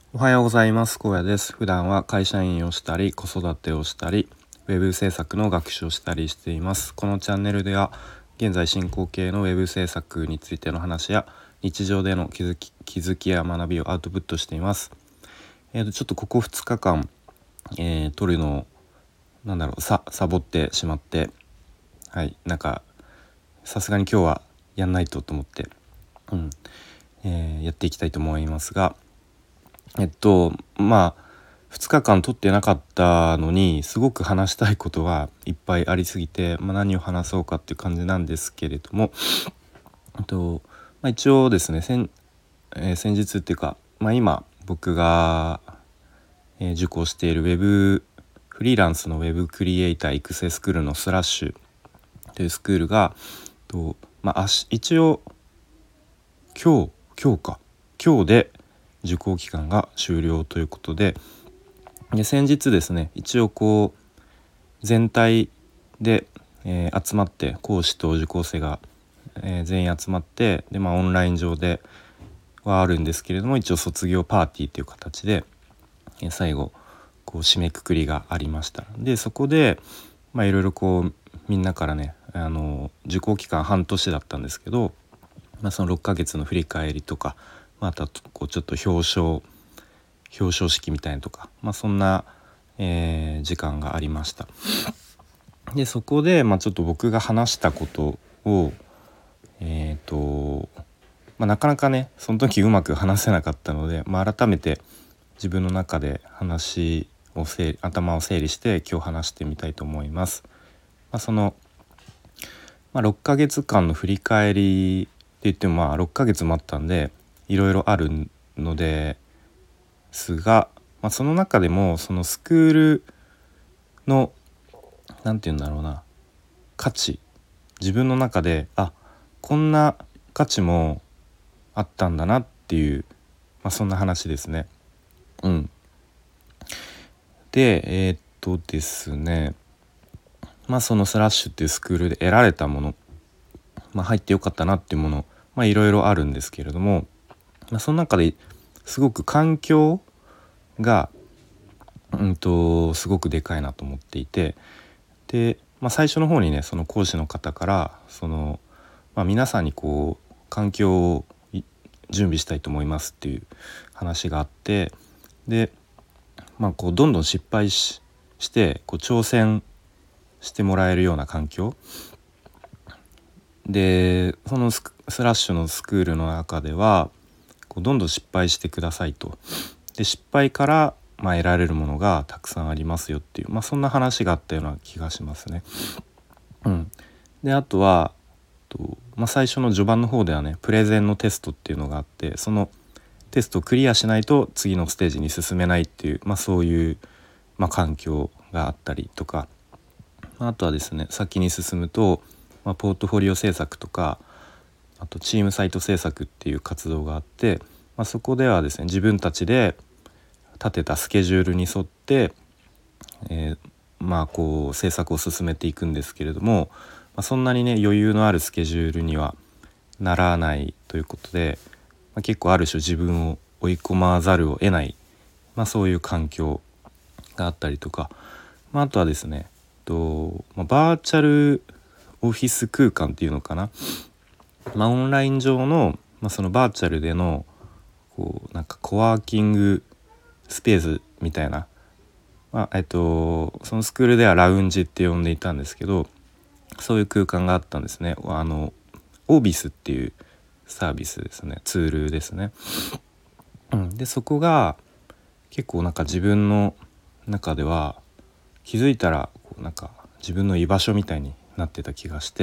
おはようございます。高野です。普段は会社員をしたり、子育てをしたり、ウェブ制作の学習をしたりしています。このチャンネルでは、現在進行形のウェブ制作についての話や、日常での気づきや学びをアウトプットしています。ちょっとここ2日間、撮るのをサボってしまって、はい、さすがに今日はやんないと思って、やっていきたいと思いますが、2日間撮ってなかったのにすごく話したいことがいっぱいありすぎて、何を話そうかっていう感じなんですけれども、一応ですね先日っていうか、今僕が、受講しているフリーランスのウェブクリエイター育成スクールのスラッシュというスクールが一応今日で受講期間が終了ということで、先日ですね一応全体で、集まって講師と受講生が、全員集まって、でオンライン上ではあるんですけれども、一応卒業パーティーという形で、最後締めくくりがありました。でそこでいろいろみんなからね、受講期間半年だったんですけど、その6ヶ月の振り返りとか、あとはちょっと表彰式みたいなとか、そんな、時間がありました。でそこで、ちょっと僕が話したことをなかなかねその時うまく話せなかったので、改めて自分の中で頭を整理して今日話してみたいと思います。6ヶ月間の振り返りって言っても6ヶ月もあったんでいろいろあるのですが、その中でもそのスクールのなんて言うんだろうな、価値、自分の中でこんな価値もあったんだなっていう、そんな話ですね。でですね、そのスラッシュっていうスクールで得られたもの、入ってよかったなっていうもの、いろいろあるんですけれども、その中ですごく環境がすごくでかいなと思っていて、で、最初の方にねその講師の方から皆さんに環境を準備したいと思いますっていう話があって、で、どんどん失敗して挑戦してもらえるような環境で、そのスラッシュのスクールの中ではどんどん失敗してくださいと。で失敗から得られるものがたくさんありますよっていう、そんな話があったような気がしますね。であとは最初の序盤の方ではねプレゼンのテストっていうのがあって、そのテストをクリアしないと次のステージに進めないっていう、そういう、環境があったりとか、あとはですね先に進むと、ポートフォリオ制作とか、あとチームサイト制作っていう活動があって、そこではですね自分たちで立てたスケジュールに沿って、制作を進めていくんですけれども、そんなにね余裕のあるスケジュールにはならないということで、結構ある種自分を追い込まざるを得ない、そういう環境があったりとか、あとはですねバーチャルオフィス空間っていうのかな、オンライン上の、そのバーチャルでのコワーキングスペースみたいな、そのスクールではラウンジって呼んでいたんですけど、そういう空間があったんですね。オービスっていうサービスですね、ツールですね。でそこが結構自分の中では気づいたら自分の居場所みたいになってた気がして、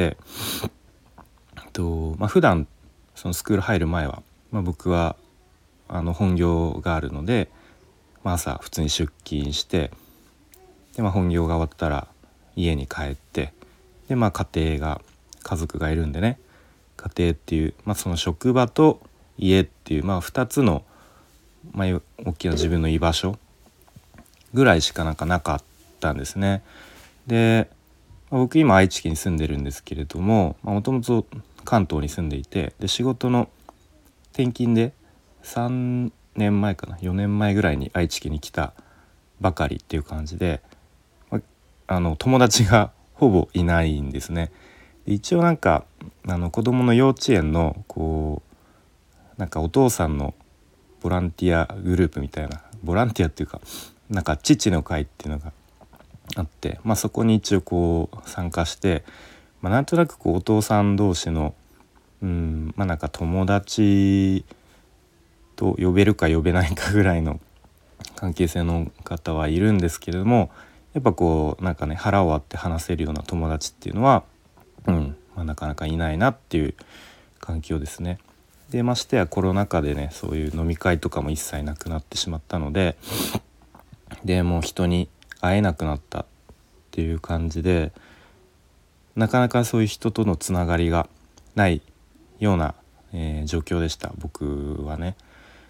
普段そのスクール入る前は、僕は本業があるので、朝普通に出勤して、で、本業が終わったら家に帰って、で家族がいるんでね、家庭っていう、その職場と家っていう、2つの、大きな自分の居場所ぐらいしかなかったんですね。で、僕今愛知県に住んでるんですけれども、もともと関東に住んでいて、で仕事の転勤で3 年前かな4年前ぐらいに愛知県に来たばかりっていう感じで、友達がほぼいないんですね。で一応なんか子供の幼稚園のこうなんかお父さんのボランティアグループみたいな、ボランティアっていうかなんか父の会っていうのがあって、そこに一応こう参加して、なんとなくこうお父さん同士のなんか友達と呼べるか呼べないかぐらいの関係性の方はいるんですけれども、やっぱこうなんかね腹を割って話せるような友達っていうのは、なかなかいないなっていう環境ですね。でましてやコロナ禍でねそういう飲み会とかも一切なくなってしまったので、もう人に会えなくなったっていう感じで、なかなかそういう人とのつながりがないような、状況でした僕はね。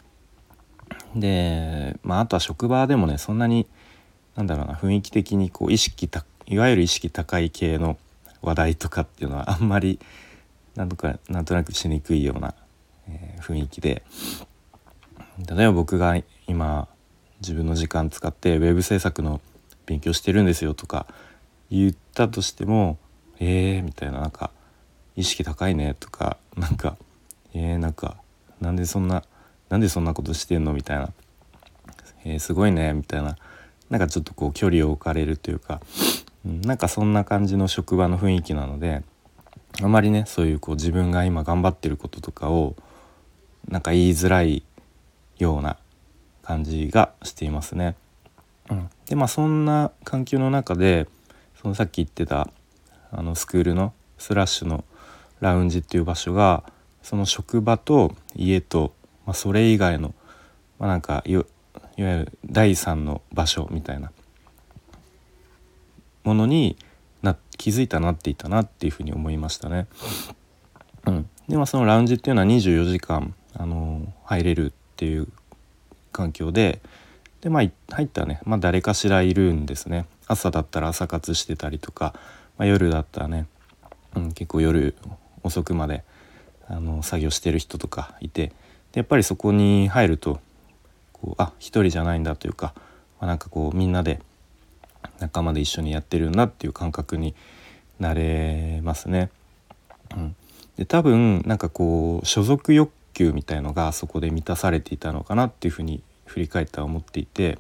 であとは職場でもねそんなに雰囲気的にこういわゆる意識高い系の話題とかっていうのはあんまりなんとなくしにくいような、雰囲気で、例えば僕が今自分の時間使ってウェブ制作の勉強してるんですよとか言ったとしてもみたいな、意識高いねとかなんでそんなことしてんのみたいな、すごいねみたいな、ちょっとこう距離を置かれるというか、そんな感じの職場の雰囲気なので、あまりねそういうこう自分が今頑張ってることとかを言いづらいような感じがしていますね。でそんな環境の中でそのさっき言ってたスクールのスラッシュのラウンジっていう場所がその職場と家と、それ以外の、いわゆる第三の場所みたいなものに気づいたなっていたなっていうふうに思いましたね。でそのラウンジっていうのは24時間入れるっていう環境で、入ったらね、誰かしらいるんですね。朝だったら朝活してたりとか、夜だったらね、結構夜遅くまで作業してる人とかいて、でやっぱりそこに入ると一人じゃないんだというか、みんなで仲間で一緒にやってるんだっていう感覚になれますね。で多分所属欲求みたいのがそこで満たされていたのかなっていうふうに振り返っては思っていて、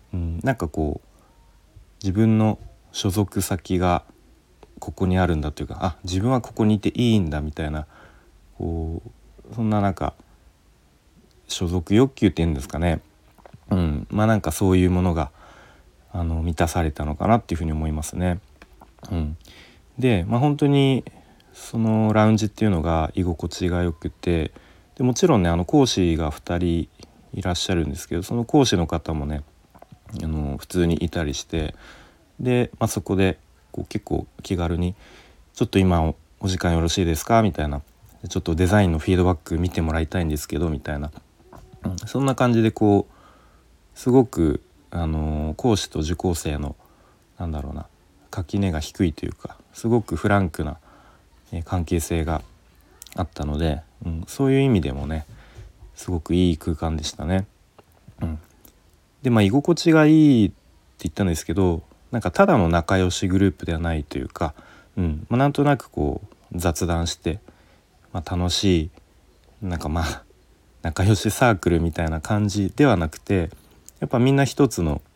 自分の所属先がここにあるんだというか、自分はここにいていいんだみたいな、そんな所属欲求っていうんですかね、そういうものが満たされたのかなっていうふうに思いますね。で本当にそのラウンジっていうのが居心地がよくて、でもちろんね講師が2人いらっしゃるんですけど、その講師の方もね普通にいたりして、で、そこで結構気軽にちょっと今お時間よろしいですかみたいな、ちょっとデザインのフィードバック見てもらいたいんですけどみたいな、そんな感じですごく講師と受講生の垣根が低いというか、すごくフランクな関係性があったので、そういう意味でもねすごくいい空間でしたね。で居心地がいいって言ったんですけど、ただの仲良しグループではないというか、なんとなく雑談して、楽しい仲良しサークルみたいな感じではなくて、やっぱみんな一つの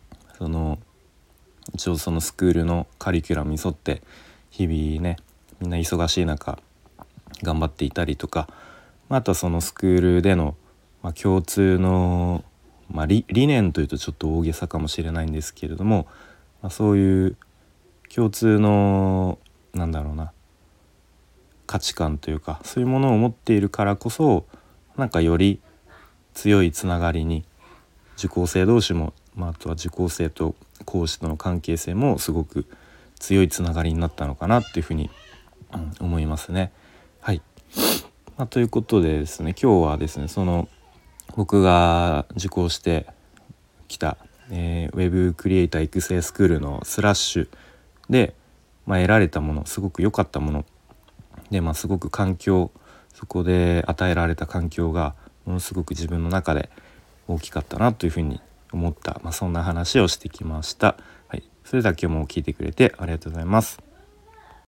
一応そのスクールのカリキュラムに沿って日々ねみんな忙しい中頑張っていたりとか、あとはそのスクールでの、共通の、理念というとちょっと大げさかもしれないんですけれども、そういう共通の価値観というか、そういうものを持っているからこそより強いつながりに受講生同士も、あとは受講生と講師との関係性もすごく強いつながりになったのかなっていうふうに、思いますね。はい、ということでですね、今日はですねその僕が受講してきた、ウェブクリエイター育成スクールのスラッシュで、得られたもの、すごく良かったもので、すごくそこで与えられた環境がものすごく自分の中で大きかったなというふうに思った、そんな話をしてきました。はい、それでは今日も聞いてくれてありがとうございます。